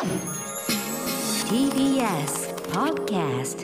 TBS Podcast。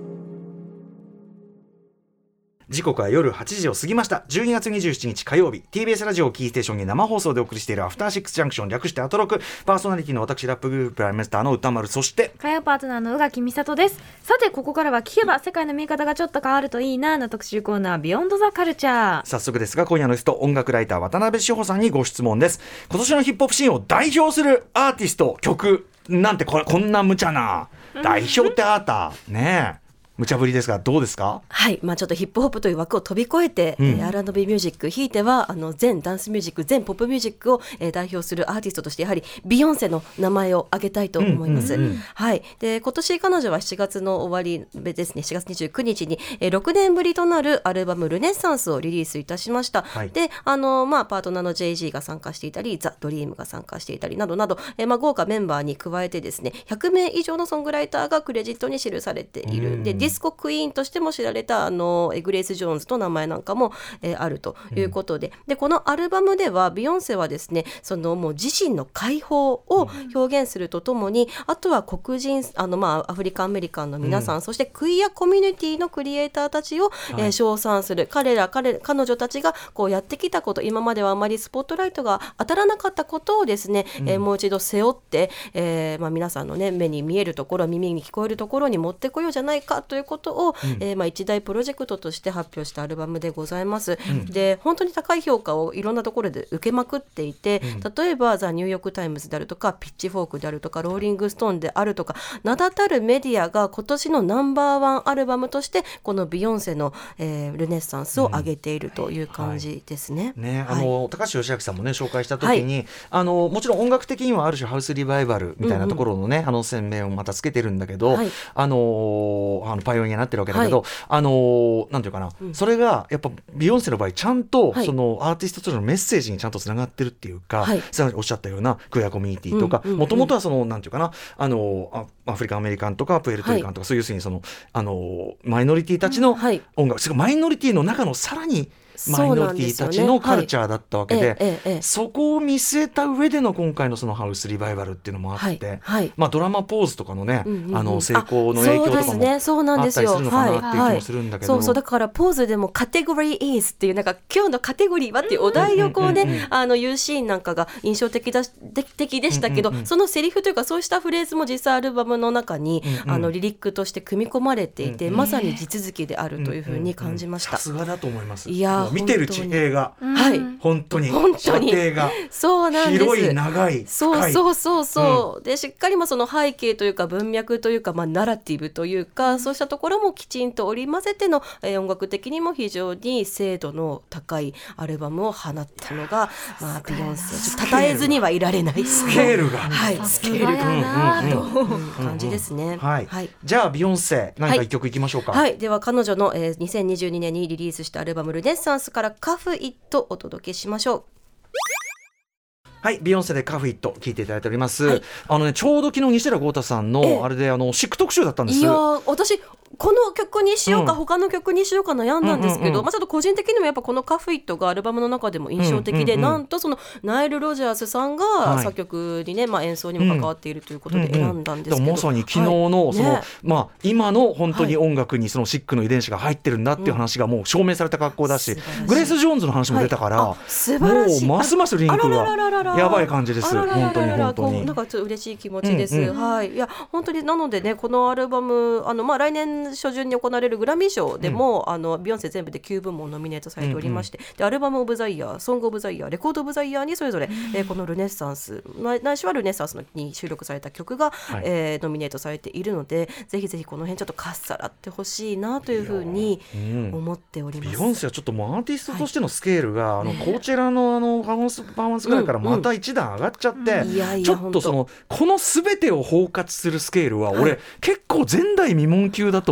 時刻は夜8時を過ぎました。12月27日火曜日、 TBS ラジオキーステーションに生放送でお送りしているアフターシックスジャンクション、略してアトロク。パーソナリティの私ラップグループプライムスターの歌丸、そして火曜パートナーの宇垣美里です。さてここからは聞けば世界の見方がちょっと変わるといいなの特集コーナー、ビヨンドザカルチャー。 早速ですが、今夜のゲスト、音楽ライター渡辺志保さんにご質問です。今年のヒップホップシーンを代表するアーティスト、曲なんてこんな無茶な代表ってあーたねえ、無茶ぶりですがどうですか？ はい、ちょっとヒップホップという枠を飛び越えて、R&B ミュージック、ひいては全ダンスミュージック、全ポップミュージックを、代表するアーティストとしてやはりビヨンセの名前を挙げたいと思います。はい、で今年彼女は7月の終わりですね、4月29日に、6年ぶりとなるアルバムルネッサンスをリリースいたしました。はい、でパートナーの JG が参加していたり、ザ・ドリームが参加していたりなどなど、豪華メンバーに加えてですね、100名以上のソングライターがクレジットに記されている。でディスコクイーンとしても知られたグレイス・ジョーンズの名前なんかも、あるということで、でこのアルバムではビヨンセはですね、もう自身の解放を表現するとともに、あとは黒人アフリカンアメリカンの皆さん、そしてクイアコミュニティのクリエイターたちを、称賛する。彼女たちがこうやってきたこと、今まではあまりスポットライトが当たらなかったことをですね、もう一度背負って、皆さんの、ね、目に見えるところ、耳に聞こえるところに持ってこようじゃないかということを、一大プロジェクトとして発表したアルバムでございます。で本当に高い評価をいろんなところで受けまくっていて、例えばザ・ニューヨークタイムズであるとか、ピッチフォークであるとか、ローリングストーンであるとか、名だたるメディアが今年のナンバーワンアルバムとしてこのビヨンセの、ルネッサンスを上げているという感じですね。 高橋義明さんもね紹介した時に、もちろん音楽的にはある種ハウスリバイバルみたいなところのね、鮮明をまたつけてるんだけど、パイオニアになってるわけだけど、なんていうかな、それがやっぱビヨンセの場合ちゃんとそのアーティストとのメッセージにちゃんとつながってるっていうか、おっしゃったようなクエアコミュニティとか、もともとはなんていうかな、アフリカンアメリカンとかプエルトリカンとか、そういうふうにマイノリティたちの音楽、それがマイノリティの中のさらにマイノリティたちのカルチャーだったわけで、そこを見据えた上での今回のそのハウスリバイバルっていうのもあって、ドラマポーズとかのね、成功の影響とかもあったりするのかなっていう気もするんだけど、 そうだからポーズでもカテゴリーイーズっていう、なんか今日のカテゴリーはっていうお題をこうね、言うシーンなんかが印象的でしたけど、そのセリフというかそうしたフレーズも実際アルバムの中に、リリックとして組み込まれていて、まさに地続きであるというふうに感じました。 さすがだと思います。 いや見てる地平が、本当に射程がそうなんです、 広い長い深い、 でしっかりその背景というか文脈というか、ナラティブというか、そうしたところもきちんと織り交ぜての、音楽的にも非常に精度の高いアルバムを放ったのが、ビヨンセ、称えずにはいられないスケールが、 スケールがと感じですね。 じゃあビヨンセ何か一曲いきましょうか。 では彼女の、2022年にリリースしたアルバムルネッサンスからカフイットお届けしましょう。 ビヨンセでカフイット聞いていただいております。ちょうど昨日西寺豪太さんのあれでシック特集だったんです。 いや私この曲にしようか、他の曲にしようか悩んだんですけど、ちょっと個人的にもやっぱこのカフイットがアルバムの中でも印象的で、なんとそのナイル・ロジャースさんが作曲にね、演奏にも関わっているということで選んだんですけど、 まさに昨日の今の本当に音楽にそのシックの遺伝子が入ってるんだっていう話がもう証明された格好だし、グレース・ジョーンズの話も出たから、 素晴らしい、 もうますますリンクがやばい感じです。本当になんかちょっと嬉しい気持ちです。いや本当になのでね、このアルバム来年初旬に行われるグラミー賞でも、ビヨンセ全部で9部門ノミネートされておりまして、でアルバムオブザイヤー、ソングオブザイヤー、レコードオブザイヤーにそれぞれ、このルネッサンスないしはルネッサンスに収録された曲が、ノミネートされているので、ぜひぜひこの辺ちょっとかっさらってほしいなというふうに思っております。 ビヨンセはちょっともうアーティストとしてのスケールが、コーチェラのパフォーマンスぐらいからまた一段上がっちゃって、ちょっとこの全てを包括するスケールは俺、結構前代未聞級だと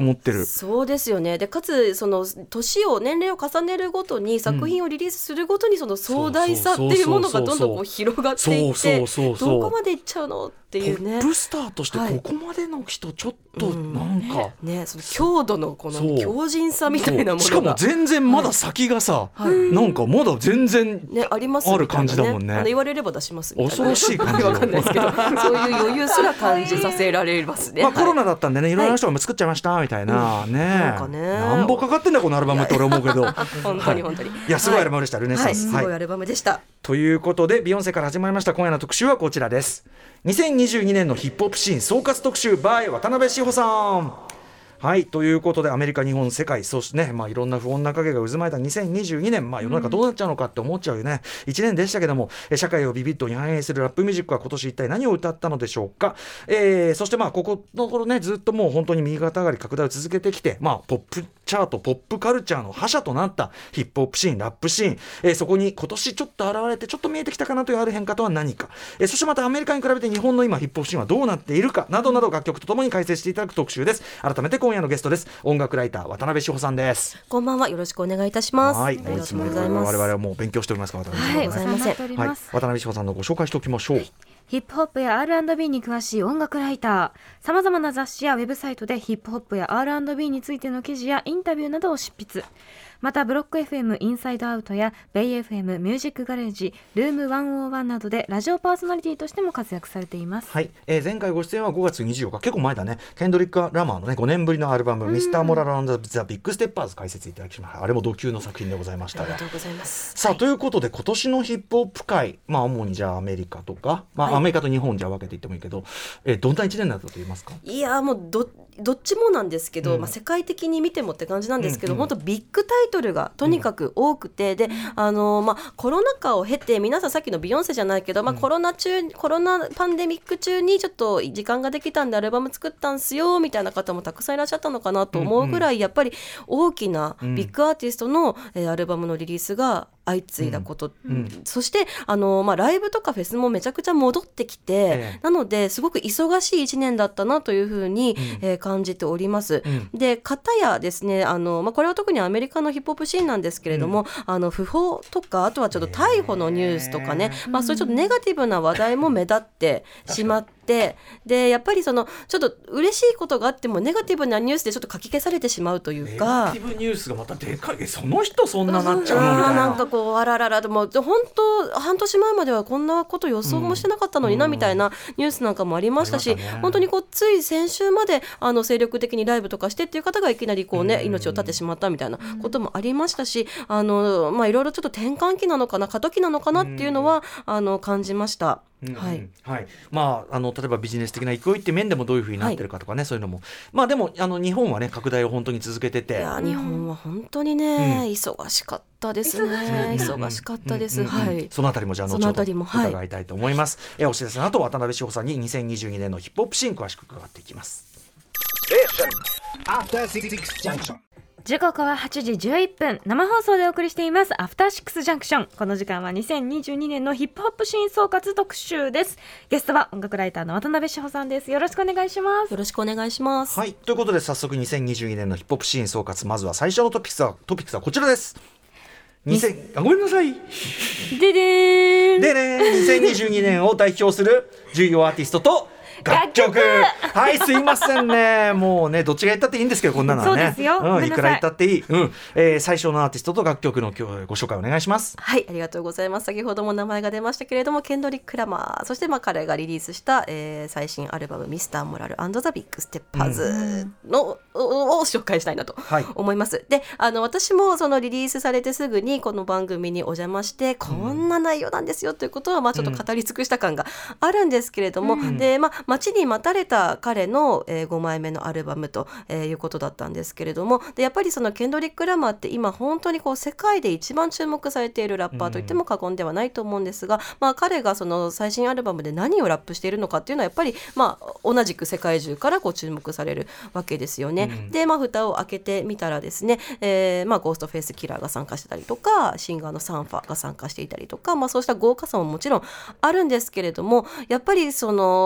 思ってる。 そうですよね。でかつその年齢を重ねるごとに作品をリリースするごとにその壮大さっていうものがどんどんこう広がっていってどこまでいっちゃうのっていうね。 トップスターとしてここまでの人ちょっとなんか、 ね、その強度のこの強靭さみたいなものがしかも全然まだ先がさ、なんかまだ全然ありますみたいなね、 ある感じだもんね。 言われれば出しますみたいな、 恐ろしい感じわかんないですけどそういう余裕すら感じさせられますね。 コロナだったんでね、いろんな人が作っちゃいましたみたいなね、 なんかね、 なんぼかかってんだこのアルバムって俺思うけど本当に本当に、 いやすごいアルバムでした、ルネサンス、 すごいアルバムでした、 ということでビヨンセから始まりました今夜の特集はこちらです。2022年のヒップホップシーン総括特集 by 渡辺志保さん。はい、ということでアメリカ、日本、世界、そしてね、いろんな不穏な影が渦巻いた2022年、世の中どうなっちゃうのかって思っちゃうよね、1年でしたけども、社会をビビッドに反映するラップミュージックは今年一体何を歌ったのでしょうか。そしてここの頃ね、ずっともう本当に右肩上がり拡大を続けてきて、ポップチャート、ポップカルチャーの覇者となったヒップホップシーン、ラップシーン、そこに今年ちょっと現れてちょっと見えてきたかなというある変化とは何か、そしてまたアメリカに比べて日本の今ヒップホップシーンはどうなっているかなどなど楽曲とともに解説していただく特集です。改めて今夜のゲストです。音楽ライター渡辺志保さんです。 こんばんは、よろしくお願いいたします。 はい、 ありがとうございます。 我々はもう勉強しておりますから、渡辺ございません。 渡辺志保さんのご紹介しておきましょう。 ヒップホップや R&B に詳しい音楽ライター、さまざまな雑誌やウェブサイトでヒップホップや R&B についての記事やインタビューなどを執筆。またブロック FM インサイドアウトやベイ FM ミュージックガレージルーム101などでラジオパーソナリティとしても活躍されています。 はい、前回ご出演は5月24日、結構前だね、ケンドリック・ラマーのね5年ぶりのアルバム、ミスターモラル&ザ・ビッグステッパーズ解説いただきました。あれも同級の作品でございましたが、 ありがとうございます。 さあ、ということで今年のヒップホップ界、主にじゃあアメリカとか、アメリカと日本じゃ分けていってもいいけど、どんな1年だったと言いますか。 いやもうどっちもなんですけど、世界的に見てもって感じなんですけど、本当ビッグタイトルがとにかく多くて、でコロナ禍を経て皆さんさっきのビヨンセじゃないけど、コロナパンデミック中にちょっと時間ができたんでアルバム作ったんすよみたいな方もたくさんいらっしゃったのかなと思うぐらい、やっぱり大きなビッグアーティストの、アルバムのリリースが相次いだこと、そしてライブとかフェスもめちゃくちゃ戻ってきて、なのですごく忙しい1年だったなというふうに、感じております。で片やですね、これは特にアメリカのヒップホップシーンなんですけれども、不法とかあとはちょっと逮捕のニュースとかね、そういうちょっとネガティブな話題も目立ってしまって、でやっぱりそのちょっと嬉しいことがあってもネガティブなニュースでちょっと書き消されてしまうというか、 ネガティブニュースがまたでかい、その人そんななっちゃうのみたいな、 なんかこうあららら、もう本当半年前まではこんなこと予想もしてなかったのになみたいなニュースなんかもありましたし、本当にこうつい先週まで精力的にライブとかしてっていう方がいきなりこうね、命を絶ってしまったみたいなこともありましたし、いろいろちょっと転換期なのかな、過渡期なのかなっていうのは感じました。はい、例えばビジネス的な勢いって面でもどういうふうになってるかとかね、そういうのもでも日本はね拡大を本当に続けてて、いや日本は本当にね、忙しかったですね。忙しかったです。はい。 そのあたりもじゃあ後ほど伺いたいと思います。お知らせの後渡辺志保さんに2022年のヒップホップシーン詳しく伺っていきます。 時刻は8時11分、生放送でお送りしていますアフターシックスジャンクション。この時間は2022年のヒップホップシーン総括特集です。ゲストは音楽ライターの渡辺志保さんです。よろしくお願いします。 よろしくお願いします。 はい、ということで早速2022年のヒップホップシーン総括、まずは最初のトピックスはこちらです。ごめんなさい。 ででーん。 でね、2022年を代表する重要アーティストと楽曲はい、すいませんね、もうねどっちが言ったっていいんですけど、こんなのはね、 そうですよ、 いくら言ったっていい、最初のアーティストと楽曲の今日ご紹介お願いします。 はい、ありがとうございます。先ほども名前が出ましたけれども、ケンドリック・ラマー、そして彼がリリースした、最新アルバムミスターモラル&ザ・ビッグステッパーズの、を紹介したいなと思います。で私もそのリリースされてすぐにこの番組にお邪魔して、こんな内容なんですよということはちょっと語り尽くした感があるんですけれども、で待ちに待たれた彼の、5枚目のアルバムと、いうことだったんですけれども、でやっぱりそのケンドリック・ラマーって今本当にこう世界で一番注目されているラッパーといっても過言ではないと思うんですが、彼がその最新アルバムで何をラップしているのかっていうのはやっぱり同じく世界中からこう注目されるわけですよね。で蓋を開けてみたらですね、ゴーストフェイスキラーが参加してたりとか、シンガーのサンファが参加していたりとか、そうした豪華さももちろんあるんですけれども、やっぱりその彼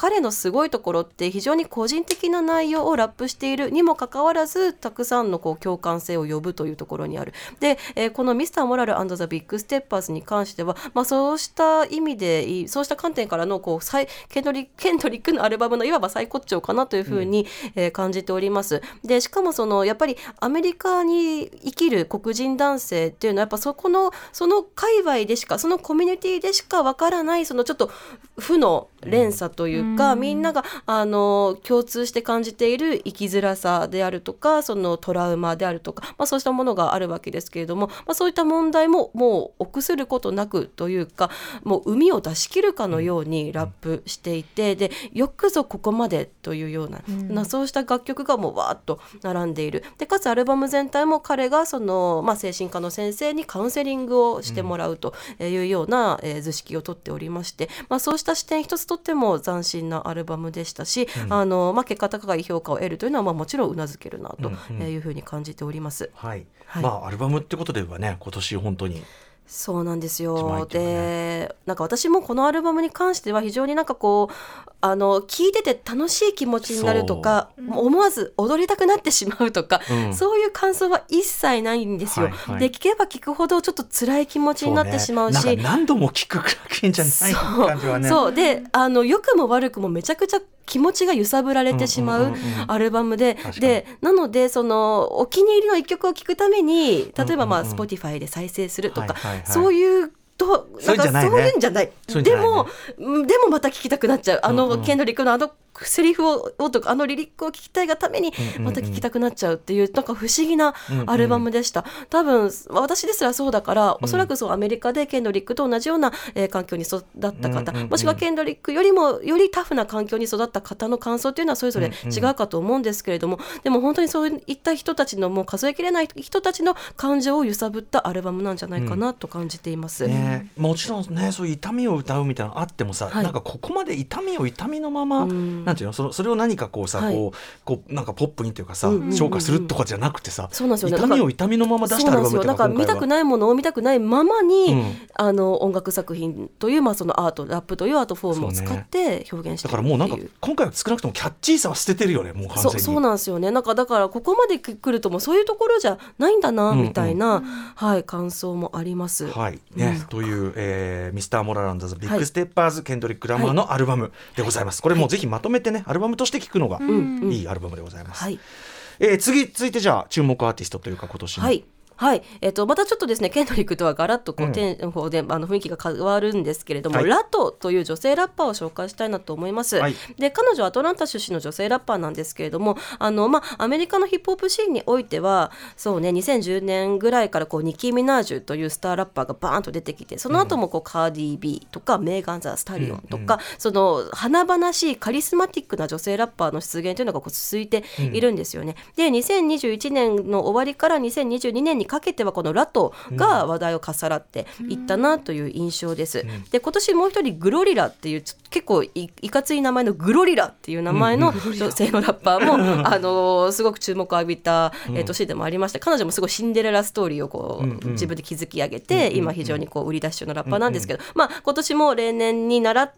彼のすごいところって非常に個人的な内容をラップしているにもかかわらずたくさんの共感性を呼ぶというところにある。で、このミスターモラル&ザ・ビッグステッパーズに関しては、そうした意味でそうした観点からのケンドリックのアルバムのいわば最高潮かなというふうに、感じております。でしかもやっぱりアメリカに生きる黒人男性っていうのはやっぱその界隈でしかそのコミュニティでしかわからないちょっと負の連鎖というか、みんなが共通して感じている生きづらさであるとかそのトラウマであるとか、そうしたものがあるわけですけれども、そういった問題ももう臆することなくというかもう海を出し切るかのようにラップしていて、でよくぞここまでというような、そうした楽曲がもうわーっと並んでいる。でかつアルバム全体も彼が精神科の先生にカウンセリングをしてもらうというような、図式をとっておりまして、そうした視点一つとっても斬新なアルバムでしたし、結果高い評価を得るというのはもちろんうなずけるなというふうに感じております。 はいはい、アルバムってことではね今年本当にそうなんですよ。で私もこのアルバムに関しては非常に聴いてて楽しい気持ちになるとか思わず踊りたくなってしまうとか、そういう感想は一切ないんですよ、で聴けば聴くほどちょっと辛い気持ちになってしまうし、 何度も聴くけんじゃない感じはね。 そうで良くも悪くもめちゃくちゃ気持ちが揺さぶられてしまうアルバムで、なのでお気に入りの一曲を聴くために例えばSpotify で再生するとか、そういうそういうんじゃない。でもまた聴きたくなっちゃう。ケンドリックのセリフをとかリリックを聞きたいがためにまた聞きたくなっちゃうっていう不思議なアルバムでした。多分私ですらそうだから、おそらくアメリカでケンドリックと同じような、環境に育った方、もしくはケンドリックよりもよりタフな環境に育った方の感想っていうのはそれぞれ違うかと思うんですけれども、でも本当にそういった人たちのもう数えきれない人たちの感情を揺さぶったアルバムなんじゃないかなと感じています、 もちろんねそういう痛みを歌うみたいなのあってもさ、ここまで痛みのまま、なんていうのそれを何かなんかポップにというかさ、消化するとかじゃなくてさ、痛みを痛みのまま出したアルバムっていうのは見たくないものを見たくないままに、音楽作品という、そのアートラップというアートフォームを使って表現しているっていう。だからもう今回は少なくともキャッチーさは捨ててるよね、もう完全に。 そうなんですよね。だからここまで来るともうそういうところじゃないんだな、みたいな、感想もあります。 という、ミスターモラル&ザ・ビッグステッパーズ、ケンドリック・ラマーのアルバムでございます。これもぜひまとめてね、アルバムとして聴くのがいいアルバムでございます。続いてじゃあ注目アーティストというか今年のまたちょっとですねケンドリックとはガラッとテンポで雰囲気が変わるんですけれども、ラトという女性ラッパーを紹介したいなと思います、で彼女はアトランタ出身の女性ラッパーなんですけれども、アメリカのヒップホップシーンにおいては2010年ぐらいからニッキー・ミナージュというスターラッパーがバーンと出てきて、その後もカーディー・ビーとかメーガン・ザ・スタリオンとか、その華々しいカリスマティックな女性ラッパーの出現というのが続いているんですよね、で2021年の終わりから2022年にかけてはこのラトが話題をかっさらっていったなという印象です、で今年もう一人グロリラっていう結構いかつい名前のグロリラっていう名前の女性のラッパーもすごく注目を浴びた年でもありまして、彼女もすごいシンデレラストーリーを自分で築き上げて、今非常に売り出し中のラッパーなんですけど、今年も例年に倣って、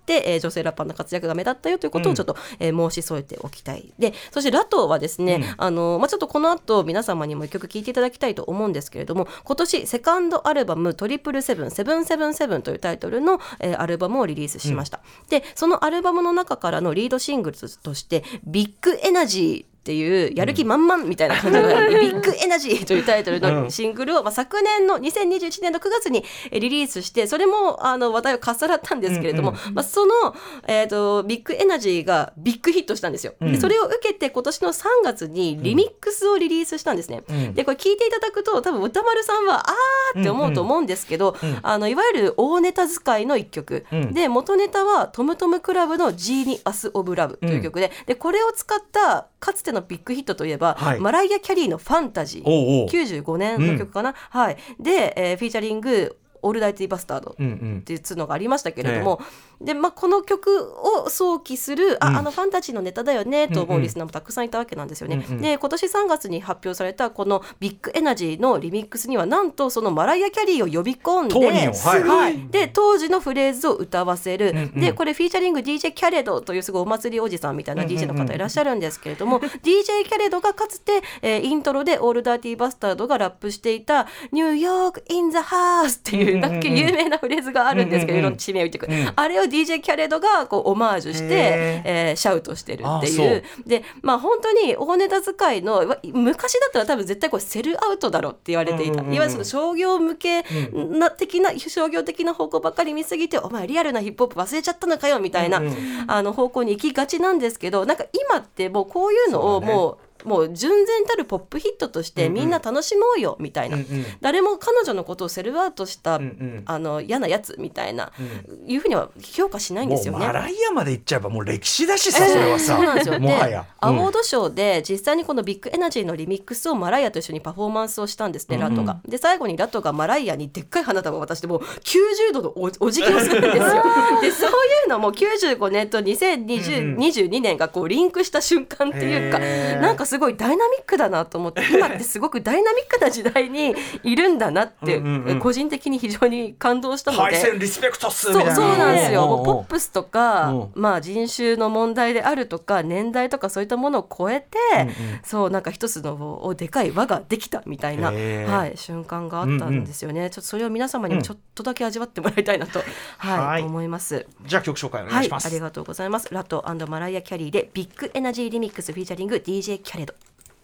女性ラッパーの活躍が目立ったよということをちょっと、申し添えておきたい。でそしてラトはですね、ちょっとこの後皆様にも一曲聴いていただきたいと思うんですけれども、今年セカンドアルバム777というタイトルの、アルバムをリリースしました、でそのアルバムの中からのリードシングルとしてビッグエナジーっていうやる気満々みたいな感じのビッグエナジーというタイトルのシングルを、昨年の2021年の9月にリリースして、それも話題をかっさらったんですけれども、その、ビッグエナジーがビッグヒットしたんですよ。でそれを受けて今年の3月にリミックスをリリースしたんですね、でこれ聞いていただくと多分歌丸さんはって思うと思うんですけど、いわゆる大ネタ使いの一曲、で元ネタはトムトムクラブのジーニアスオブラブという曲で、これを使ったかつてのビッグヒットといえば、マライア・キャリーのファンタジー95年の曲かな、で、フィーチャリングオールダイティバスタードっていうのがありましたけれども、 で、この曲を想起する、あのファンタジーのネタだよねと思うリスナーもたくさんいたわけなんですよね。で今年3月に発表されたこのビッグエナジーのリミックスにはなんとそのマライア・キャリーを呼び込んで、で当時のフレーズを歌わせる、でこれフィーチャリング DJ キャレドというすごいお祭りおじさんみたいな DJ の方いらっしゃるんですけれども、DJ キャレドがかつて、イントロでオールダーティーバスタードがラップしていたニューヨークインザハウスっていうだけ有名なフレーズがあるんですけど、いろんな地名を言ってくる、あれを DJ キャレドがこうオマージュして、シャウトしてるっていう。で本当に大ネタ使いの昔だったら多分絶対これセルアウトだろって言われていた、いわゆるその商業向けな的な、商業的な方向ばっかり見すぎて、お前リアルなヒップホップ忘れちゃったのかよみたいな、方向に行きがちなんですけど、なんか今ってもうこういうのをもう純然たるポップヒットとしてみんな楽しもうよみたいな、誰も彼女のことをセルアウトした、嫌なやつみたいな、いうふうには評価しないんですよね。 もうマライアまで行っちゃえばもう歴史だしさ、それはさ、 そうなんですよ。 もはやアワードショーで実際にこのビッグエナジーのリミックスをマライアと一緒にパフォーマンスをしたんですね、ラトが。で最後にラトがマライアにでっかい花束を渡してもう90度のお辞儀をするんですよでそういうのも95年と2022年がこうリンクした瞬間っていうか、なんかすごいダイナミックだなと思って、今ってすごくダイナミックな時代にいるんだなって個人的に非常に感動したので、 敗戦リスペクトっすみたいな。 そうなんですよ。もうポップスとか、人種の問題であるとか年代とかそういったものを超えて、そうなんか一つのでかい輪ができたみたいな、瞬間があったんですよね。ちょっとそれを皆様にもちょっとだけ味わってもらいたいなと、思います。 じゃあ曲紹介お願いします。 ありがとうございます。ラト&マライア・キャリーでビッグエナジーリミックスフィーチャリング DJ キャレド。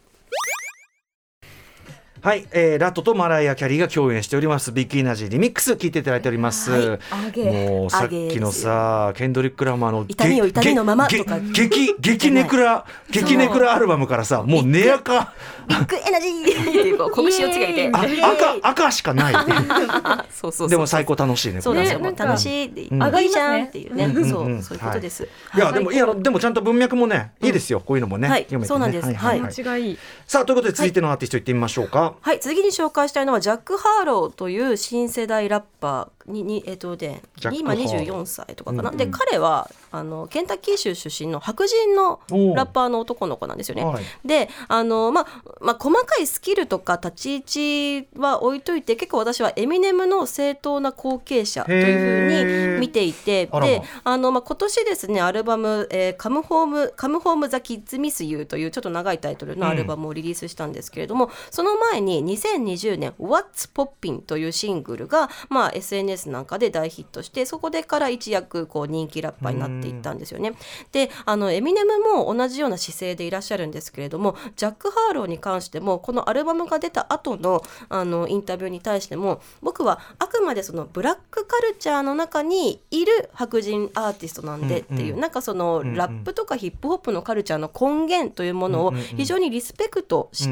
はい、ラトとマライア・キャリーが共演しておりますビッグエナジーリミックス聞いていただいております、もうさっきのさケンドリック・ラマーの痛みを痛みのままとか激ネクラアルバムからさ、もうネアカビッグエナジーっていうこう拳をつけて赤しかないそうでも最高楽しいね。 そうなんですよ。楽しいいいじゃんっていうね、そういうことです。 いやでもちゃんと文脈もねいいですよ、こういうのもね、読めてね。 そうなんです。 間違い。 さあということで続いてのアーティストいってみましょうか。 はい、次に紹介したいのはジャック・ハーローという新世代ラッパーに今24歳とかかな、で彼はケンタッキー州出身の白人のラッパーの男の子なんですよね。で細かいスキルとか立ち位置は置いといて、結構私はエミネムの正当な後継者というふうに見ていて、で今年ですねアルバム、カムホームザキッズミスユーというちょっと長いタイトルのアルバムをリリースしたんですけれども、その前に2020年 What's Poppin' というシングルが、SNS なんかで大ヒットして、そこでから一躍こう人気ラッパーになっていったんですよね。でエミネムも同じような姿勢でいらっしゃるんですけれども、ジャック・ハーローに関してもこのアルバムが出た後のインタビューに対しても、僕はあくまでそのブラックカルチャーの中にいる白人アーティストなんでっていう、なんかそのラップとかヒップホップのカルチャーの根源というものを非常にリスペクトして、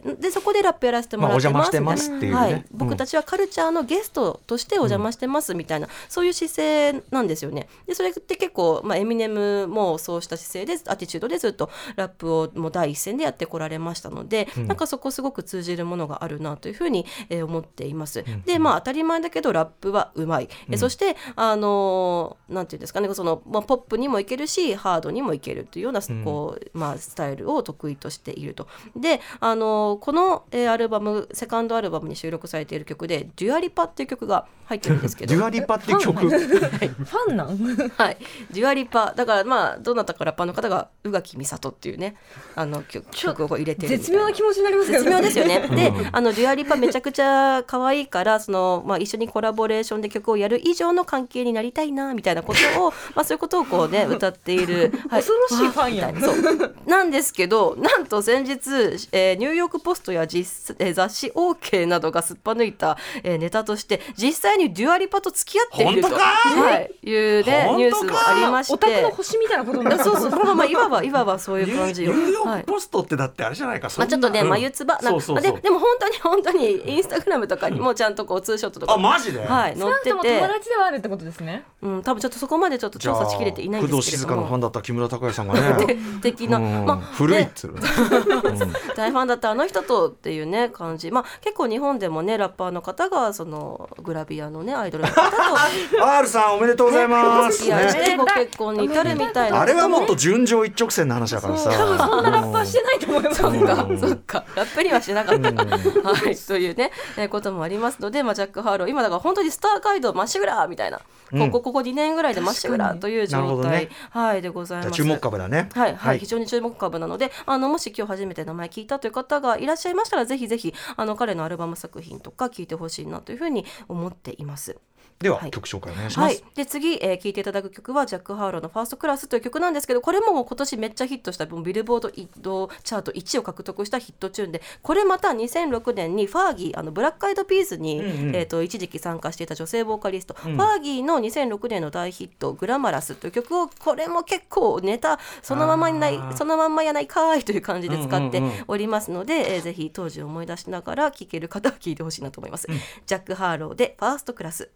でそこでラップやらせてもらってますみたいな、僕たちはカルチャーのゲストとしてお邪魔してますみたいな、そういう姿勢なんですよね。でそれって結構、エミネムもそうした姿勢でアティチュードでずっとラップをもう第一線でやってこられましたので、なんかそこすごく通じるものがあるなというふうに、思っています。で当たり前だけどラップはうまい、そしてなんていうんですかね、その、ポップにもいけるしハードにもいけるというようなこう、スタイルを得意としていると。でこの、アルバムセカンドアルバムに収録されている曲でデュアリパっていう曲が入ってるんですけどデュアリパっていう曲ファンなんはい、デュアリパだからどなたかラッパーの方が宇垣美里っていうね曲を入れてるみたいな絶妙な気持ちになりますよね。 絶妙ですよね。でデュアリパめちゃくちゃ可愛いからその、一緒にコラボレーションで曲をやる以上の関係になりたいなみたいなことをそういうことをこうね歌っている、 恐ろしいファンやん。 そうなんですけど、なんと先日、ニューヨークポストや雑誌 OK などがすっぱ抜いた、ネタとして実際にデュアリパと付き合っていると、いうねニューもありまして、 オタクの星みたいなことになってそうそう、まあいわばそういう感じよ。 ニューヨークポストってだってあれじゃないか、 まあ、ちょっとね、眉唾な、 そうそうそう、 でも本当にインスタグラムとかにもちゃんとこうツーショットとか、 あ、マジで、 はい、載ってて、 友達ではあるってことですね。 多分ちょっとそこまでちょっと調査しきれていないんですけれども、 工藤静香のファンだった木村拓哉さんがね的な、まあ、 古いっつう大ファンだったあの人とっていうね感じ、まあ、結構日本でもねラッパーの方がそのグラビアのねアイドルの方と R さんおめでとうございます、 付き合いしてご結婚に至るみたいな、 あれはもっと順調一直線の話だからさ、 多分そんなラッパーしてないと思います。 そっかラップにはしなかったはい、というね、こともありますので、まあ、ジャック・ハーロー今だから本当にスター街道まっしぐらみたいな、ここ2年ぐらいでまっしぐらという状態、ね、はい、でございます。 注目株だね。 はい、はい、非常に注目株なので、もし今日初めて名前聞いたという方がいらっしゃいましたら、ぜひぜひ彼のアルバム作品とか聞いてほしいなというふうに思っています。 では、 はい、 曲紹介お願いします。 はい、で次、聴いていただく曲はジャック・ハーローのファーストクラスという曲なんですけど、これも今年めっちゃヒットしたビルボードチャート1位を獲得したヒットチューンで、これまた2006年にファーギーブラックアイドピースに、一時期参加していた女性ボーカリスト、ファーギーの2006年の大ヒットグラマラスという曲を、これも結構ネタそのまんまやないかーいという感じで使っておりますので、ぜひ当時を思い出しながら聴ける方は聴いてほしいなと思います。ジャック・ハーローでファーストクラス。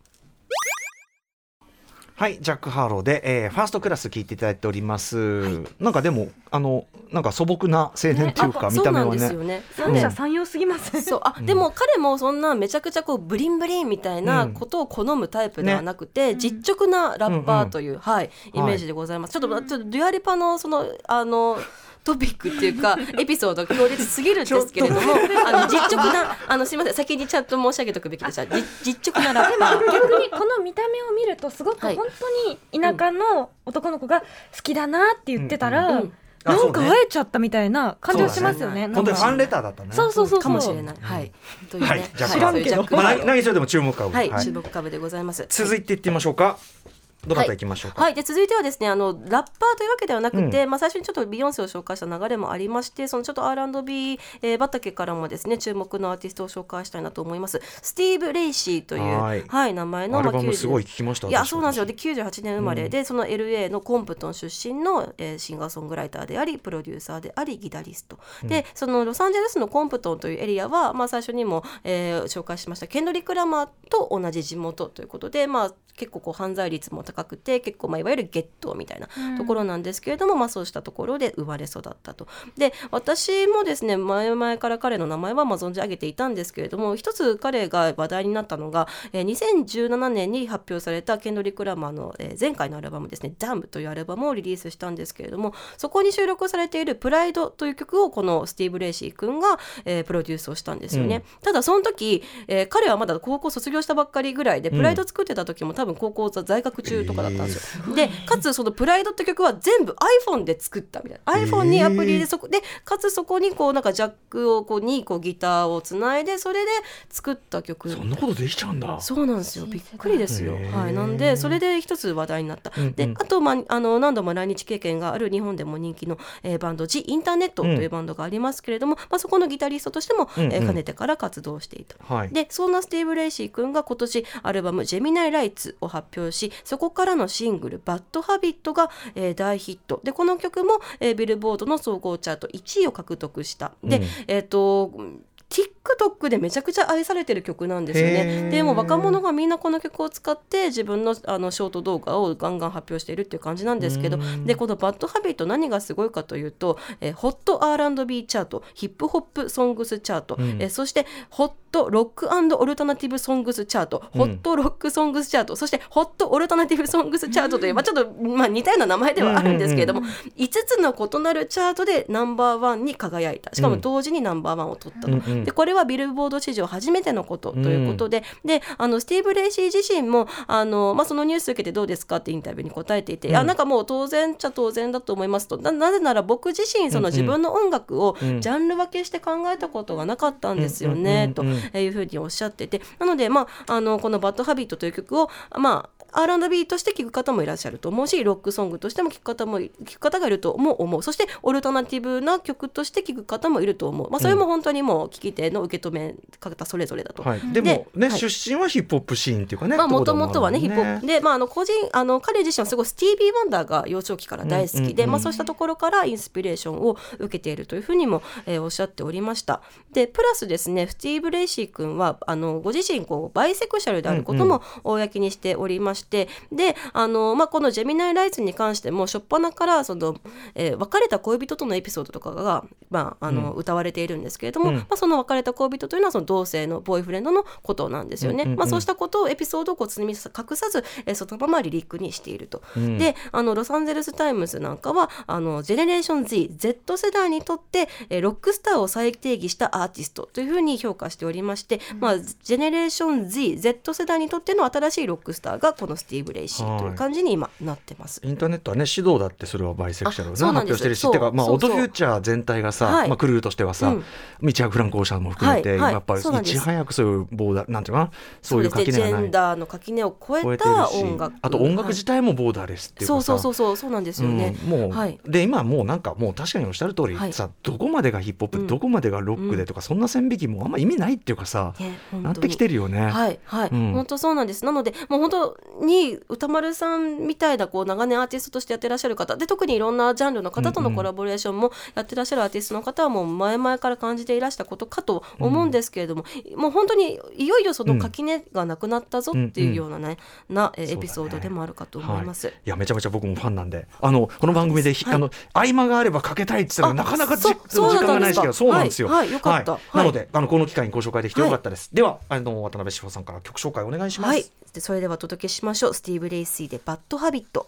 はい、ジャック・ハーローで、ファーストクラス聞いていただいております、はい、なんかでもなんか素朴な青年っていうか、見た目はね、 三者三様すぎます。 そうでも彼もそんなめちゃくちゃこうブリンブリンみたいなことを好むタイプではなくて、実直なラッパーという、はい、イメージでございます。ちょっとデュアリパのトピックっていうかエピソードが強烈すぎるんですけれども実直なすいません、先にちゃんと申し上げておくべきでした。実直なラッパー。 逆にこの見た目を見るとすごく本当に田舎の男の子が好きだなって言ってたら、なんか会えちゃったみたいな感じはしますよね。 本当にファンレターだったね。 そうかもしれない。はい。というね。 知らんけど。何しろでも注目株。 はい、注目株でございます。 続いていってみましょうか。どなた行きましょうか。 はい、で続いてはですね、ラッパーというわけではなくて、最初にちょっとビヨンセを紹介した流れもありまして、そのちょっと R&B、畑からもですね注目のアーティストを紹介したいなと思います。スティーブ・レイシーという、はい、名前の、 アルバムすごい聞きました。 いや、そうなんですよ。で98年生まれで、その LA のコンプトン出身の、シンガーソングライターでありプロデューサーでありギタリスト、でそのロサンゼルスのコンプトンというエリアは、最初にも、紹介しましたケンドリック・ラマーと同じ地元ということで、結構こう犯罪率も高くて、結構いわゆるゲットみたいなところなんですけれども、そうしたところで生まれ育ったと。で私もですね前々から彼の名前は存じ上げていたんですけれども、一つ彼が話題になったのが、2017年に発表されたケンドリック・ラマーの、前回のアルバムですね、ダムというアルバムをリリースしたんですけれども、そこに収録されているプライドという曲をこのスティーブ・レイシー君が、プロデュースをしたんですよね。ただその時、彼はまだ高校卒業したばっかりぐらいで、プライド作ってた時も多分高校在学中とかだったんですよ。でかつそのプライドって曲は全部 iPhone で作ったみたいな、iPhone にアプリでかつそこにこうなんかジャックをにギターをつないで、それで作った曲。 そんなことできちゃうんだ。 そうなんですよ、びっくりですよ。はい、なんでそれで一つ話題になった。であと、何度も来日経験がある日本でも人気の、バンドジ・インターネットというバンドがありますけれども、そこのギタリストとしても、かねてから活動していた。でそんなスティーブ・レイシー君が今年アルバムジェミナイ・ライツを発表し、そこからのシングルバッドハビットが、大ヒットで、この曲も、ビルボードの総合チャート1位を獲得した。で、TikTok でめちゃくちゃ愛されてる曲なんですよね。でも若者がみんなこの曲を使って自分の、ショート動画をガンガン発表しているっていう感じなんですけど、でこのバッドハビット何がすごいかというと、ホット R&B チャート、ヒップホップソングスチャート、そしてホットロック&オルタナティブソングスチャート、ホットロックソングスチャート、そしてホットオルタナティブソングスチャートという、ちょっと、似たような名前ではあるんですけれども、5つの異なるチャートでナンバーワンに輝いた。しかも同時にナンバーワンを取ったと。でこれはビルボード史上初めてのことということで、でスティーブ・レイシー自身もそのニュース受けてどうですかってインタビューに答えていて、なんかもう当然っちゃ当然だと思いますと。なぜなら僕自身その自分の音楽をジャンル分けして考えたことがなかったんですよね、というふうにおっしゃってて、なのでこのバッドハビットという曲を R&B として聴く方もいらっしゃると思うし、ロックソングとしても聴く方がいると思う。そしてオルタナティブな曲として聴く方もいると思う。それも本当にもう聴き手の受け止め方それぞれだと、 でもね、出身はヒップホップシーンっていうかね、 もともとはねヒップホップで、彼自身はすごいスティービー・ワンダーが幼少期から大好きで、そうしたところからインスピレーションを受けているというふうにも、おっしゃっておりました。でプラスですね、スティーブ・レイシー君はご自身バイセクシャルであることも公にしておりまして、でこのジェミナイ・ライツに関しても初っ端から別れた恋人とのエピソードとかが、歌われているんですけれども、その別れた恋人というのはその同性のボーイフレンドのことなんですよね。そうしたことをエピソードを包み隠さず、そのままリリックにしていると、でロサンゼルスタイムズなんかはジェネレーション Z 世代にとって、ロックスターを再定義したアーティストというふうに評価しておりまして、ジェネレーション Z 世代にとっての新しいロックスターがこのスティーブ・レイシーという感じに今なってます。 インターネットはね、指導だってそれはバイセクシャルを、発表してるし、てかオートフューチャー全体がさ、クルーとしてはさ、ミチャ・フランコーシャンも含めて、やっぱりいち早くそういうボーダーなんていうかな、そういう垣根がない、 ジェンダーの垣根を越えた音楽、 あと音楽自体もボーダーレスっていうかさ、 そうなんですよね。 で今もうなんかもう確かにおっしゃる通りさ、どこまでがヒップホップ、どこまでがロックでとか、そんな線引きもあんま意味ないっていうかさ、なってきてるよね。 本当そうなんです。なのでもう本当に歌丸さんみたいな長年アーティストとしてやってらっしゃる方で、特にいろんなジャンルの方とのコラボレーションもやってらっしゃるアーティストの方はもう前々から感じていらしたことかと思うんですけれども、もう本当にいよいよその垣根がなくなったぞっていうようなね、エピソードでもあるかと思います。 いやめちゃめちゃ僕もファンなんで、この番組で合間があればかけたいって言ったらなかなか時間がないですけど、そうなんですよ。 よかった。 なのでこの機会にご紹介できてよかったです。では渡辺志保さんから曲紹介お願いします。 それではお届けしましょう。スティーブ・レイシーでバッドハビット。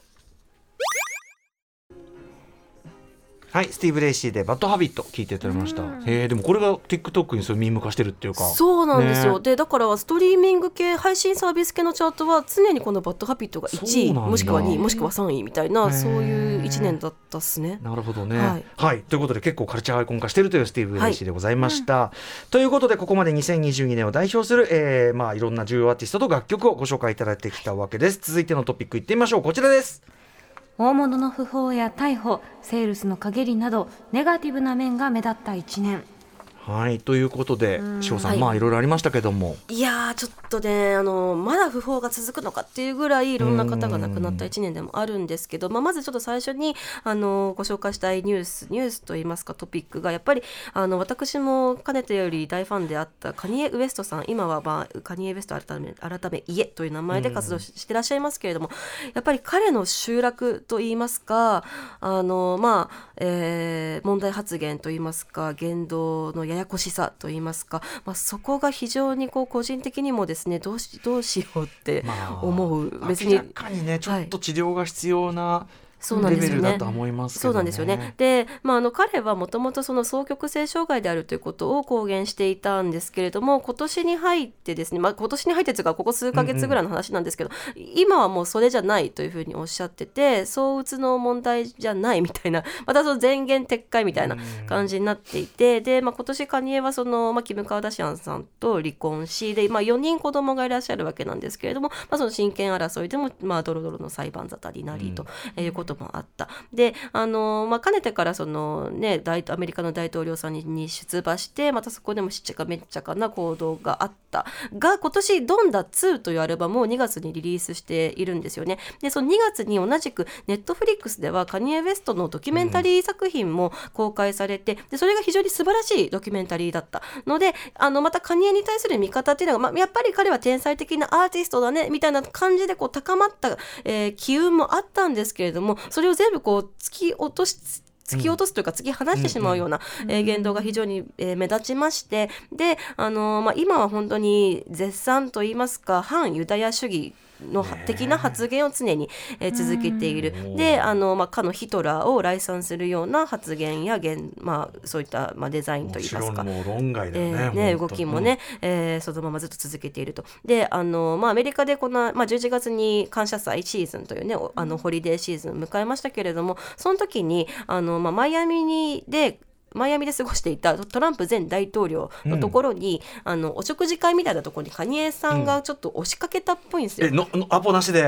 スティーブ・レイシーでバッドハビット聞いていただきました。でもこれが TikTok にそういうミーム化してるっていうか。 そうなんですよ、でだからストリーミング系配信サービス系のチャートは常にこのバッドハビットが1位もしくは2位もしくは3位みたいな、そういう1年だったっすね。 なるほどね。ということで結構カルチャーアイコン化してるというスティーブ・レイシーでございました。ということでここまで2022年を代表する、いろんな重要アーティストと楽曲をご紹介いただいてきたわけです。続いてのトピックいってみましょう。こちらです。 大物の訃報や逮捕、セールスの陰りなどネガティブな面が目立った1年。 ということで志保さん、いろいろありましたけども、 いやちょっとねまだ訃報が続くのかっていうぐらいいろんな方が亡くなった1年でもあるんですけど、まずちょっと最初にご紹介したいニュースといいますかトピックがやっぱり私もかねてより大ファンであったカニエ・ウエストさん、今は、カニエ・ウエスト改め家という名前で活動してらっしゃいますけれども、やっぱり彼の集落といいますか問題発言といいますか言動のややこしさといいますか、そこが非常に個人的にもですねどうしようって思う、別に明らかにねちょっと治療が必要な、レベルだと思いますけどね。そうなんですよね。 で、彼はもともとその双極性障害であるということを公言していたんですけれども、今年に入ってですね、今年に入ってというかここ数ヶ月ぐらいの話なんですけど、今はもうそれじゃないというふうにおっしゃってて、相うつの問題じゃないみたいな、またその前言撤回みたいな感じになっていて、で、今年カニエはその、キム・カーダシアンさんと離婚し、で、4人子供がいらっしゃるわけなんですけれども、その親権争いでもドロドロの裁判沙汰になりということもあった。でかねてからその、ね、アメリカの大統領選に出馬して、またそこでもしっちゃかめっちゃかな行動があったが、今年ドンダ2というアルバムを2月にリリースしているんですよね。でその2月に同じくネットフリックスではカニエ・ウェストのドキュメンタリー作品も公開されて、でそれが非常に素晴らしいドキュメンタリーだったので、またカニエに対する見方っていうのが、やっぱり彼は天才的なアーティストだねみたいな感じで高まった、機運もあったんですけれども、それを全部突き落とすというか突き放してしまうような言動が非常に目立ちまして、で今は本当に絶賛といいますか反ユダヤ主義の的な発言を常に続けている。でかのヒトラーを礼賛するような発言やそういったデザインといいますか、 論外だよね、 動きもね、そのままずっと続けていると。でアメリカでこの、11月に感謝祭シーズンというねホリデーシーズンを迎えましたけれども、その時にマイアミで過ごしていたトランプ前大統領のところに、お食事会みたいなところにカニエさんがちょっと押しかけたっぽいんですよ。 アポなしで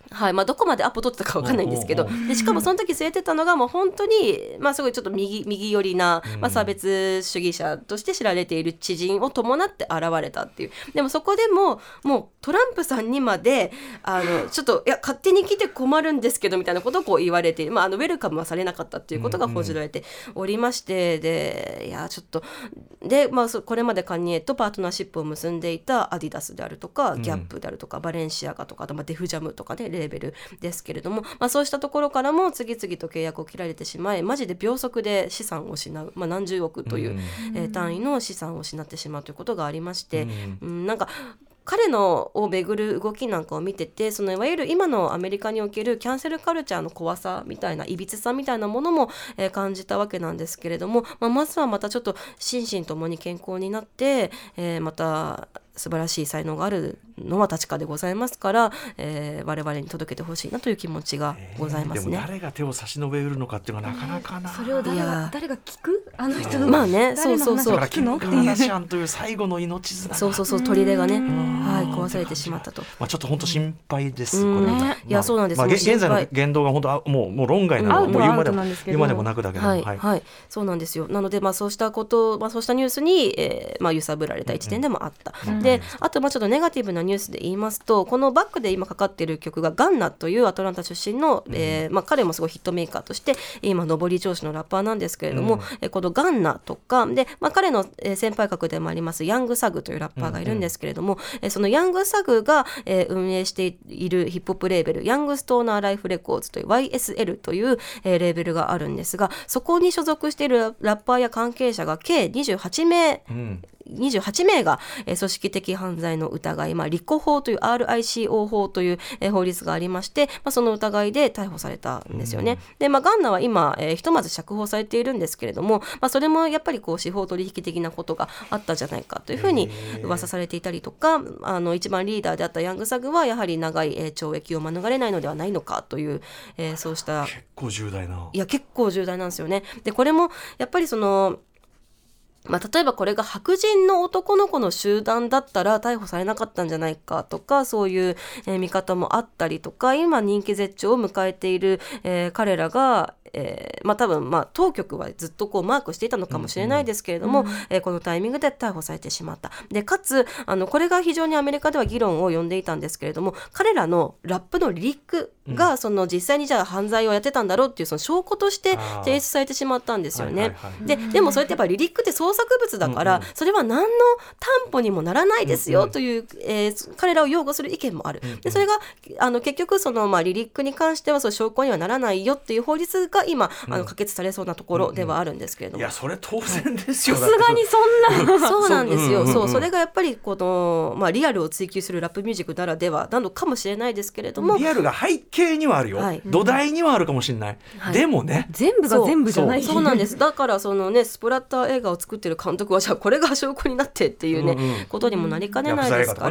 はい、どこまでアポ取ってたか分かんないんですけど、でしかもその時据えてたのがもう本当に、すごいちょっと右寄りな、差別主義者として知られている知人を伴って現れたっていう。でもそこでもうトランプさんにまでちょっといや勝手に来て困るんですけどみたいなことをこう言われて、ウェルカムはされなかったっていうことが報じられておりまして、でいやちょっとで、これまでカニエとパートナーシップを結んでいたアディダスであるとかギャップであるとか、バレンシアガとか、デフジャムとかねレーベルですけれども、そうしたところからも次々と契約を切られてしまい、マジで秒速で資産を失う、何十億という、単位の資産を失ってしまうということがありまして、なんか彼のを巡る動きなんかを見てて、そのいわゆる今のアメリカにおけるキャンセルカルチャーの怖さみたいな、いびつさみたいなものも、感じたわけなんですけれども、まずはまたちょっと心身ともに健康になって、また素晴らしい才能があるのは確かでございますから、我々に届けてほしいなという気持ちがございますね。 でも誰が手を差し伸べるのかっていうのはなかなかな、 それを誰が聞く、あの人のそうそうそう、 だからキム・カーダシアンという最後の命綱がそう砦がね、壊されてしまったと、 ちょっと本当心配です、これは。 いやそうなんです、 現在の言動が本当もう論外なの、もう言うまでもなくだけど、 そうなんですよ。なのでそうしたこと、そうしたニュースに、揺さぶられた一点でもあった。であとちょっとネガティブなニュースで言いますと、このバックで今かかっている曲がガンナというアトランタ出身の、彼もすごいヒットメーカーとして今上り調子のラッパーなんですけれども、このガンナとかで、彼の先輩格でもありますヤングサグというラッパーがいるんですけれども、そのヤングサグが、運営しているヒップホップレーベルヤングストーナーライフレコーズという YSL という、レーベルがあるんですが、そこに所属しているラッパーや関係者が計28名が、組織的犯罪の疑い、リコ法という RICO 法という、法律がありまして、その疑いで逮捕されたんですよね。で、ガンナは今、ひとまず釈放されているんですけれども、それもやっぱり司法取引的なことがあったんじゃないかというふうに噂されていたりとか、一番リーダーであったヤングサグはやはり長い、懲役を免れないのではないのかという、そうした結構重大な、 結構重大なんですよね。でこれもやっぱり例えばこれが白人の男の子の集団だったら逮捕されなかったんじゃないかとか、そういう、見方もあったりとか、今人気絶頂を迎えている、彼らが多分当局はずっとマークしていたのかもしれないですけれども、このタイミングで逮捕されてしまった。でかつこれが非常にアメリカでは議論を呼んでいたんですけれども、彼らのラップのリリックが実際にじゃあ犯罪をやってたんだろうっていうその証拠として提出されてしまったんですよね。でもそれってやっぱりリリックって創作物だから、それは何の担保にもならないですよという、彼らを擁護する意見もある。でそれが結局リリックに関しては証拠にはならないよっていう法律が今可決されそうなところではあるんですけれども、 いやそれ当然ですよ、 さすがにそんなそうなんですよ。それがやっぱりリアルを追求するラップミュージックならではなのかもしれないですけれども、 リアルが背景にはあるよ、土台にはあるかもしれない、でもね全部が全部じゃない。 そうなんです。だからスプラッター映画を作ってる監督はじゃあこれが証拠になってっていうね、ことにもなりかねないですから、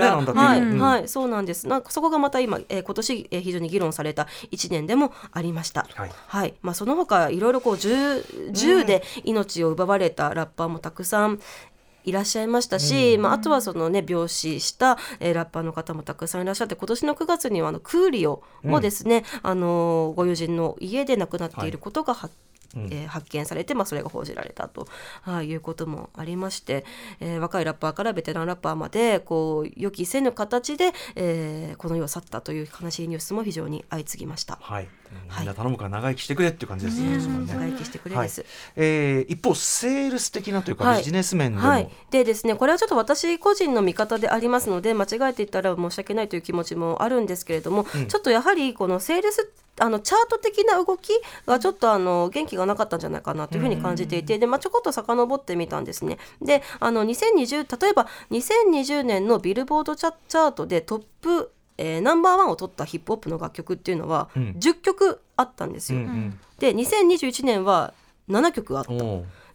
そうなんです。そこがまた今年非常に議論された1年でもありました。その他いろいろ銃で命を奪われたラッパーもたくさんいらっしゃいましたし、あとは病死した、ラッパーの方もたくさんいらっしゃって、今年の9月にはクーリオもですね、ご友人の家で亡くなっていることが発見されて、それが報じられたと、いうこともありまして、若いラッパーからベテランラッパーまで予期せぬ形で、この世を去ったという悲しいニュースも非常に相次ぎました。 みんな頼むから長生きしてくれっていう感じですね。 長生きしてくれです。 一方セールス的なというか、ビジネス面でも、 でですね、これはちょっと私個人の見方でありますので間違えていったら申し訳ないという気持ちもあるんですけれども、ちょっとやはりこのセールスチャート的な動きがちょっと元気がなかったんじゃないかなというふうに感じていて、で、ちょこっと遡ってみたんですね。で例えば2020年のビルボードチャートでトップナンバーワンを取ったヒップホップの楽曲っていうのは10曲あったんですよ。で2021年は7曲あった。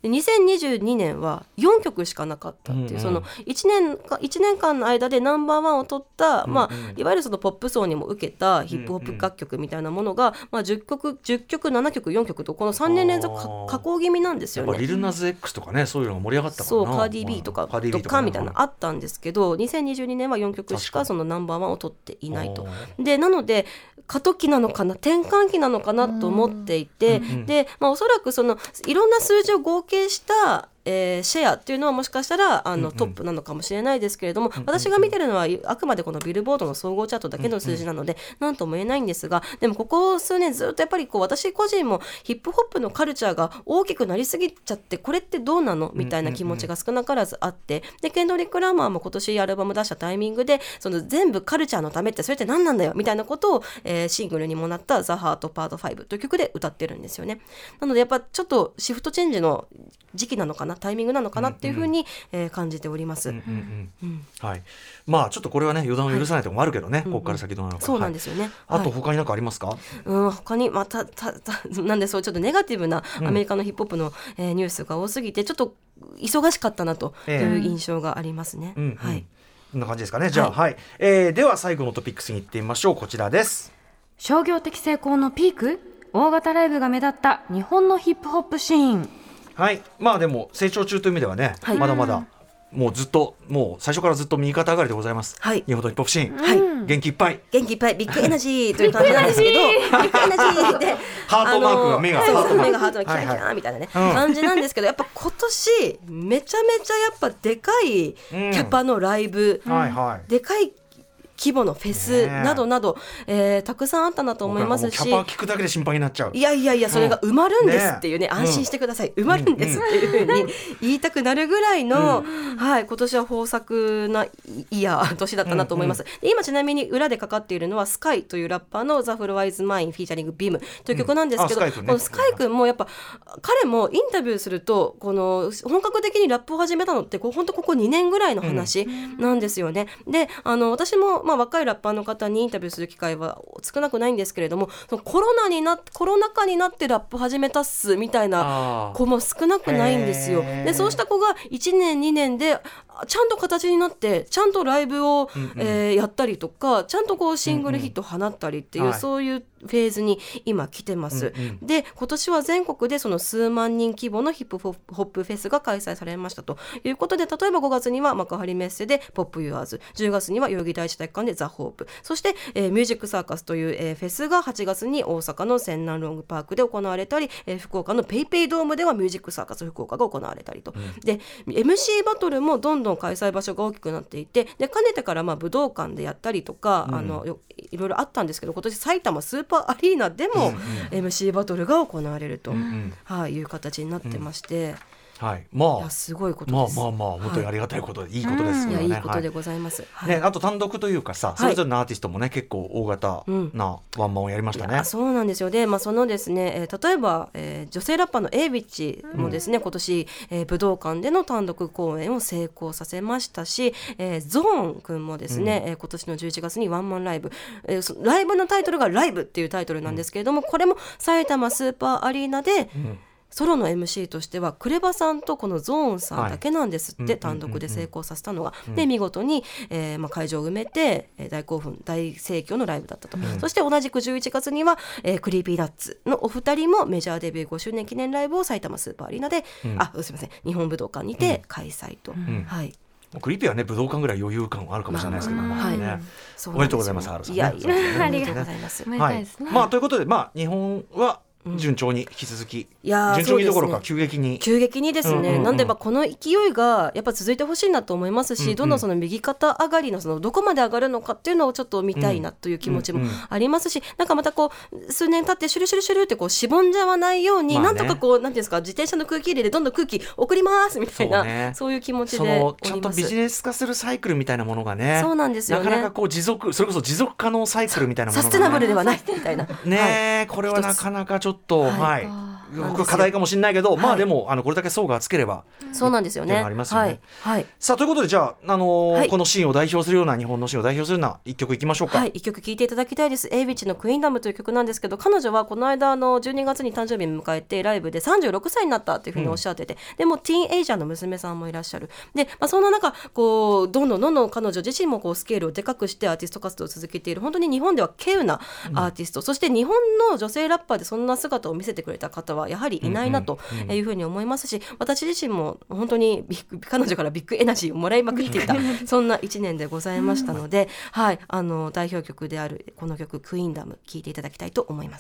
で2022年は4曲しかなかったっていう、その1年間の間でナンバーワンを取った、いわゆるそのポップ層にも受けたヒップホップ楽曲みたいなものが、10曲7曲4曲とこの3年連続下降気味なんですよね。 やっぱリルナズ X とかね、そういうのが盛り上がったからな。 そうカーディ B とかドッカンみたいなのあったんですけど、2022年は4曲しかそのナンバーワンを取っていないと。でなので過渡期なのかな、転換期なのかなと思っていて、で、おそらくそのいろんな数字を合計したシェアっていうのはもしかしたらトップなのかもしれないですけれども、私が見てるのはあくまでこのビルボードの総合チャートだけの数字なので何とも言えないんですが、でもここ数年ずっとやっぱり私個人もヒップホップのカルチャーが大きくなりすぎちゃって、これってどうなのみたいな気持ちが少なからずあって、でケンドリック・ラマーも今年アルバム出したタイミングでその全部カルチャーのためってそれって何なんだよみたいなことを、シングルにもなったザ・ハートパート5という曲で歌ってるんですよね。なのでやっぱちょっとシフトチェンジの時期なのかな、タイミングなのかなっていうふうに、感じております。 はい。まあちょっとこれはね予断を許さないところもあるけどね、ここから先どうなのか。そうなんですよね。あと他に何かありますか？ 他になんでそうちょっとネガティブなアメリカのヒップホップの、ニュースが多すぎてちょっと忙しかったなという印象がありますね。はい。 こんな感じですかね。じゃあはい。では最後のトピックスに行ってみましょう。こちらです。 商業的成功のピーク、大型ライブが目立った日本のヒップホップシーン。 はい。まあでも成長中という意味ではね、まだまだもうずっともう最初からずっと右肩上がりでございます。日本のヒップホップシーン、元気いっぱいビッグエナジーという感じなんですけどビッグエナジーでハートマークが目がハートのキラキラみたいなね、感じなんですけど、やっぱ今年めちゃめちゃやっぱでかいキャパのライブ、でかい規模のフェスなどなど、たくさんあったなと思いますし、 キャパ聞くだけで心配になっちゃう。 いやそれが埋まるんですっていうね、安心してください、埋まるんですっていう風に言いたくなるぐらいの、今年は豊作な年だったなと思います。で今ちなみに裏でかかっているのはスカイというラッパーのザ・フロワイズ・マインフィーチャリング・ビムという曲なんですけど、このスカイ君もやっぱ彼もインタビューするとこの本格的にラップを始めたのって本当ここ2年ぐらいの話なんですよね。で私も若いラッパーの方にインタビューする機会は少なくないんですけれども、そのコロナ禍になってラップ始めたっすみたいな子も少なくないんですよ。でそうした子が1年2年でちゃんと形になってちゃんとライブを、やったりとか、ちゃんとこうシングルヒット放ったりっていう、そういうフェーズに今来てます。で今年は全国でその数万人規模のヒップホップフェスが開催されましたということで、例えば5月には幕張メッセでポップユアーズ、10月には代々木第一体育館でザ・ホープ、そして、ミュージックサーカスという、フェスが8月に大阪の泉南ロングパークで行われたり、福岡のペイペイドームではミュージックサーカス福岡が行われたりと、で MC バトルもどんどん開催場所が大きくなっていて、でかねてから武道館でやったりとか、いろいろあったんですけど、今年埼玉スーパーアリーナでも MC バトルが行われると、いう形になってまして、すごいことです。 本当にありがたいことで、いいことですよね。 いいことでございます。 あと単独というかさ、それぞれのアーティストもね、結構大型なワンマンをやりましたね。 そうなんですよ。で、そのですね、例えば、女性ラッパーのエイビッチもですね、今年、武道館での単独公演を成功させましたし、ゾーンくんもですね、今年の11月にワンマンライブ、ライブのタイトルがライブっていうタイトルなんですけれども、これも埼玉スーパーアリーナで、ソロの MC としてはクレバさんとこのゾーンさんだけなんですって、単独で成功させたのが、で見事に、会場を埋めて、大興奮大盛況のライブだったと、そして同じく11月には、クリーピーナッツのお二人もメジャーデビュー5周年記念ライブを埼玉スーパーアリーナで、すみません、日本武道館にて開催と、 クリーピーはね、武道館ぐらい余裕感あるかもしれないですけども、おめでとうございます。 いやありがとうございます。 ということで、日本は順調に引き続き、順調にどころか急激にですね、なんでこの勢いがやっぱ続いてほしいなと思いますし、どんどんその右肩上がりのそのどこまで上がるのかっていうのをちょっと見たいなという気持ちもありますし、なんかまたこう数年経ってシュルシュルシュルってこうしぼんじゃわないように、なんとかこうなんていうんですか、自転車の空気入れでどんどん空気送りますみたいな、そういう気持ちでおります。 ちゃんとビジネス化するサイクルみたいなものがね、 そうなんですよね、 なかなかこうそれこそ持続可能サイクルみたいなものが、 サステナブルではないみたいなこれはなかなかちょっと課題かもしれないけど、まあでもこれだけ層が厚ければそうなんですよね。 ありますよね。 はい。 さあということでじゃあ、このシーンを代表するような日本のシーンを代表するような一曲いきましょうか。 はい、一曲聴いていただきたいです。エイウィッチのクイーンダムという曲なんですけど、彼女はこの間12月に誕生日を迎えてライブで36歳になったというふうにおっしゃってて、でもティーンエイジャーの娘さんもいらっしゃる。で、そんな中こうどんどん彼女自身もこうスケールをでかくしてアーティスト活動を続けている、本当に日本では稀有なアーティスト、そして日本の女性ラッパーでそんな姿を見せてくれた方はやはりいないなというふうに思いますし、私自身も本当に彼女からビッグエナジーをもらいまくっていたそんな1年でございましたので、はい、代表曲であるこの曲クイーンダム聴いていただきたいと思います。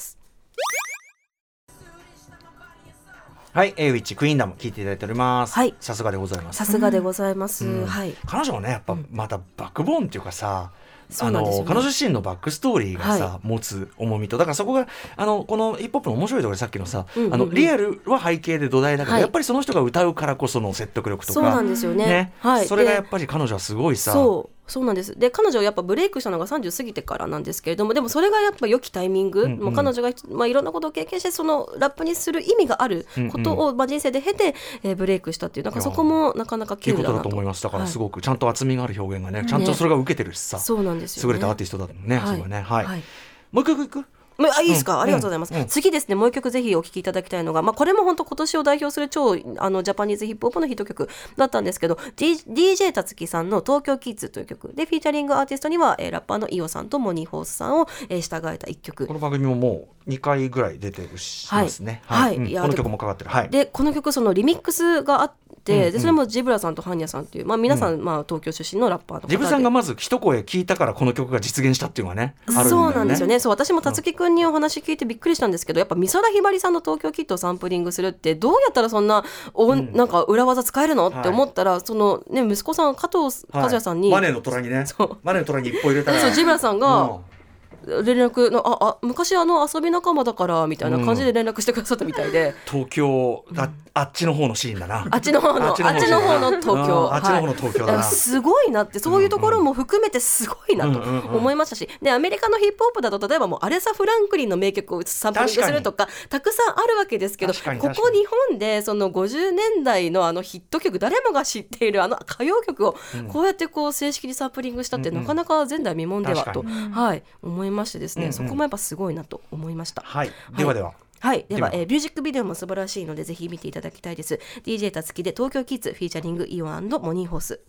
はい、エイウィッチクイーンダム聴いていただいております。 はい、 さすがでございます。 さすがでございます、はい。 彼女はねやっぱまたバックボーンっていうかさ、 そうなんですよね、 彼女自身のバックストーリーがさ、持つ重みと、だからそこがこのヒップホップの面白いところでさっきのさ、リアルは背景で土台だけど、やっぱりその人が歌うからこその説得力とか、 そうなんですよね、はい、 それがやっぱり彼女はすごいさ、 そうなんです。で、彼女はやっぱブレイクしたのが30過ぎてからなんですけれども、でもそれがやっぱ良きタイミング、もう彼女が、いろんなことを経験してそのラップにする意味があることを、人生で経て、ブレイクしたっていう、なんかそこもなかなか稀有だなと。 いいことだと思います。だからすごくちゃんと厚みがある表現がね、ちゃんとそれが受けてるしさ、 そうなんですよね、 優れたアーティストだとね、それはね、はい。もう一曲いく？ いいですか、ありがとうございます、次ですね、もう一曲ぜひお聴きいただきたいのが、これも本当今年を代表する超ジャパニーズヒップホップのヒット曲だったんですけど、DJ たつきさんの東京キッズという曲で、フィーチャリングアーティストにはラッパーのイオさんとモニーホースさんを従えた一曲。 この番組ももう2回ぐらい出てるしますね。この曲もかかってる。 でこの曲そのリミックスがあって、でそれもジブラさんとハンニャさんという、皆さん、東京出身のラッパーの方で、 ジブさんがまず一声聞いたからこの曲が実現したっていうのはね、あるんだよね。 そうなんですよね。そう、私もたつきくんにお話聞いてびっくりしたんですけど、やっぱ美空ひばりさんの東京キッドをサンプリングするってどうやったらそんな、なんか裏技使えるのって思ったら、そのね、息子さん加藤和也さんに、 マネーの虎にね、マネーの虎に一歩入れたら、 そうジブラさんが、連絡の昔遊び仲間だからみたいな感じで連絡してくださったみたいで、 東京あっちの方のシーンだな、 あっちの方の東京、 あっちの方の東京だな、 すごいなって、そういうところも含めてすごいなと思いましたし、でアメリカのヒップホップだと例えばもうアレサ・フランクリンの名曲をサンプリングするとかたくさんあるわけですけど、ここ日本でその50年代のヒット曲、誰もが知っている歌謡曲をこうやって正式にサンプリングしたって、なかなか前代未聞ではと、思いましてですね、そこもやっぱすごいなと思いました。 ではでははい、では、ミュージックビデオも素晴らしいのでぜひ見ていただきたいです。 DJ たつきで東京キッズフィーチャリングイオン&モニーホース。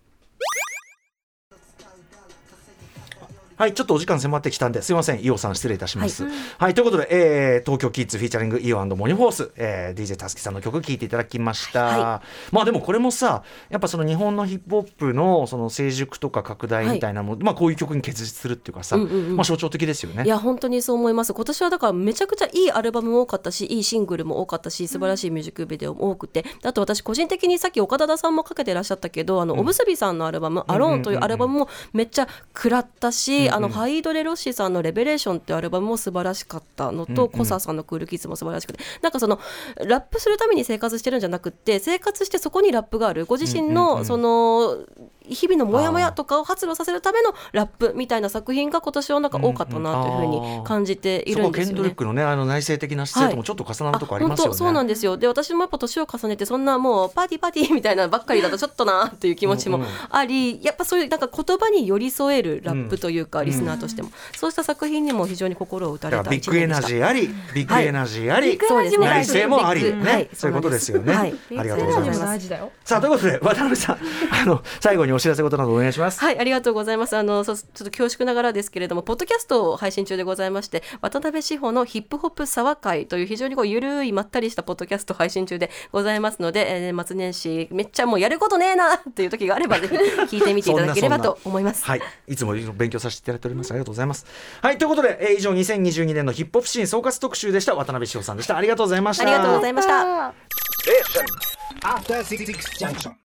はい、ちょっとお時間迫ってきたんですいません、イオさん失礼いたします。はい、ということで、東京キッズフィーチャリングイオン&モニーホース、DJ たすきさんの曲聴いていただきました。でもこれもさ、やっぱその日本のヒップホップのその成熟とか拡大みたいなのも、こういう曲に結実するっていうかさ、象徴的ですよね。 いや本当にそう思います。今年はだからめちゃくちゃいいアルバムも多かったし、いいシングルも多かったし、素晴らしいミュージックビデオも多くて、あと私個人的にさっき岡田さんもかけてらっしゃったけど、おむすびさんのアルバム、アローンというアルバムもめっちゃ食らったし、ハイドレロッシーさんのレベレーションっていうアルバムも素晴らしかったのと、コサさんのクールキッズも素晴らしくて、なんかそのラップするために生活してるんじゃなくって、生活してそこにラップがある、ご自身のその日々のモヤモヤとかを発露させるためのラップみたいな作品が今年はなんか多かったなというふうに感じているんですよね。 そこケンドリックのね、内省的な姿勢ともちょっと重なるとこありますよね。 そうなんですよ。で私もやっぱ年を重ねて、そんなもうパーティーみたいなばっかりだとちょっとなっていう気持ちもあり、やっぱそういうなんか言葉に寄り添えるラップというか、リスナーとしてもそうした作品にも非常に心を打たれたビッグエナジーあり、ビッグエナジーあり、内省もありね、そういうことですよね。ありがとうございます。さあということで渡辺さん、最後にお知らせことなどお願いします。 はい、ありがとうございます。ちょっと恐縮ながらですけれども、ポッドキャストを配信中でございまして、渡辺志保のヒップホップ沢会という非常にゆるいまったりしたポッドキャスト配信中でございますので、年末年始めっちゃもうやることねえなっていう時があればぜひ聞いてみていただければと思います。 はい、いつも勉強させていただいております。ありがとうございます。はい、ということで、以上2022年のヒップホップシーン総括特集でした。渡辺志保さんでした。ありがとうございました。 ありがとうございました。